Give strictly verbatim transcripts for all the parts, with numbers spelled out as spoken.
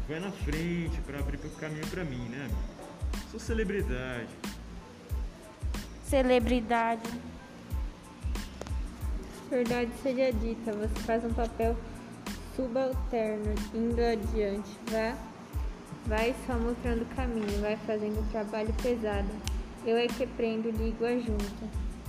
vai na frente para abrir o caminho para mim, né? Sou celebridade. Celebridade. Verdade seja dita, você faz um papel subalterno, indo adiante. Vá, vai só mostrando o caminho, vai fazendo o trabalho pesado. Eu é que prendo, ligo a junta.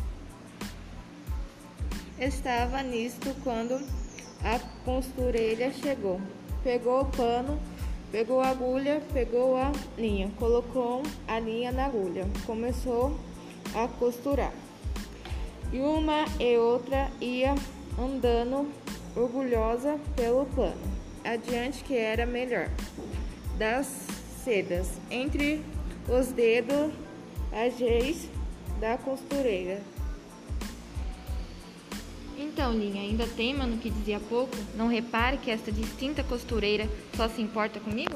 Estava nisto quando a costureira chegou. Pegou o pano, pegou a agulha, pegou a linha, colocou a linha na agulha, começou a costurar. E uma e outra ia andando orgulhosa pelo pano, adiante que era melhor das sedas, entre os dedos ageis da costureira. Então, Linha, ainda teima no que dizia há pouco? Não repare que esta distinta costureira só se importa comigo?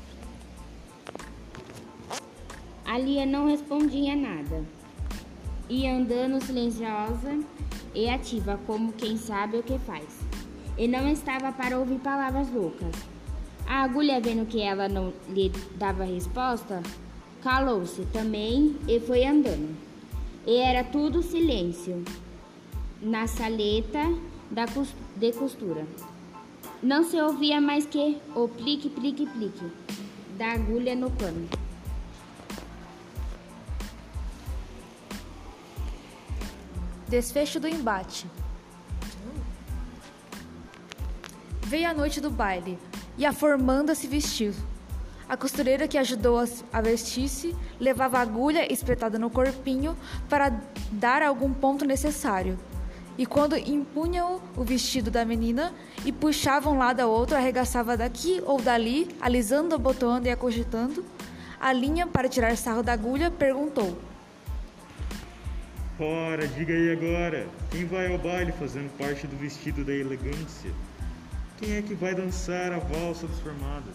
A Lia não respondia nada. Ia andando silenciosa e ativa, como quem sabe o que faz. E não estava para ouvir palavras loucas. A agulha, vendo que ela não lhe dava resposta, calou-se também e foi andando. E era tudo silêncio na saleta da cos- de costura. Não se ouvia mais que o plique, plique, plique da agulha no pano. Desfecho do embate. Veio a noite do baile e a formanda se vestiu. A costureira que ajudou a vestir-se levava a agulha espetada no corpinho para dar algum ponto necessário. E quando impunham o vestido da menina e puxavam um lado a outro, arregaçava daqui ou dali, alisando, abotoando e acogitando, a linha, para tirar sarro da agulha, perguntou: Ora, diga aí agora, quem vai ao baile fazendo parte do vestido da elegância? Quem é que vai dançar a valsa dos formados?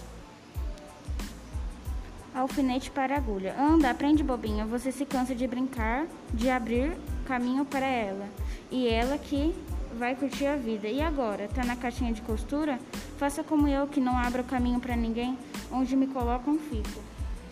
Alfinete para a agulha. Anda, aprende, bobinha. Você se cansa de brincar, de abrir caminho para ela. E ela que vai curtir a vida. E agora? Tá na caixinha de costura? Faça como eu, que não abro caminho para ninguém. Onde me colocam, fico.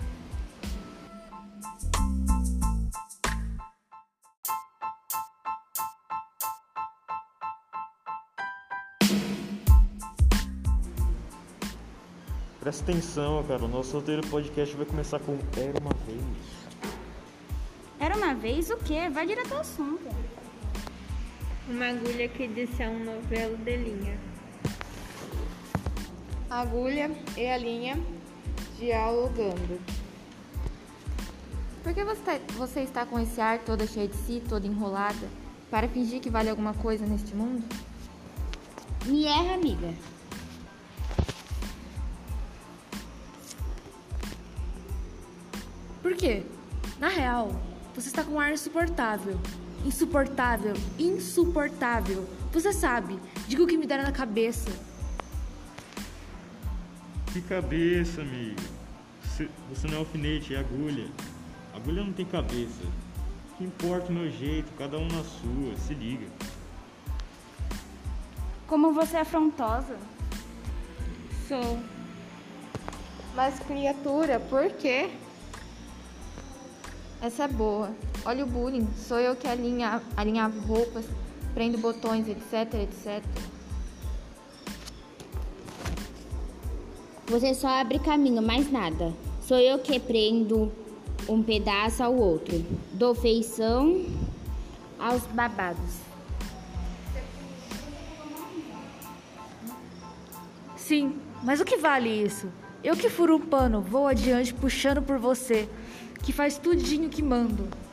Presta atenção, cara, o nosso roteiro podcast vai começar com Era Uma Vez. Era uma vez o quê? Vai direto ao assunto. Uma agulha que disse a um novelo de linha. A agulha e a linha dialogando. Por que você, tá- você está com esse ar toda cheia de si, toda enrolada, para fingir que vale alguma coisa neste mundo? Me erra, amiga. Por quê? Na real, você está com um ar insuportável. Insuportável, insuportável. Você sabe, diga o que me der na cabeça. Que cabeça, amigo. Você, você não é alfinete, é agulha. Agulha não tem cabeça. Que importa o meu jeito, cada um na sua, se liga. Como você é afrontosa. Sou. Mas criatura, por quê? Essa é boa. Olha o bullying. Sou eu que alinha, alinhavo roupas, prendo botões, etc, etcétera. Você só abre caminho, mais nada. Sou eu que prendo um pedaço ao outro. Dou feição aos babados. Sim, mas o que vale isso? Eu que furo um pano, vou adiante puxando por você, que faz tudinho que mando.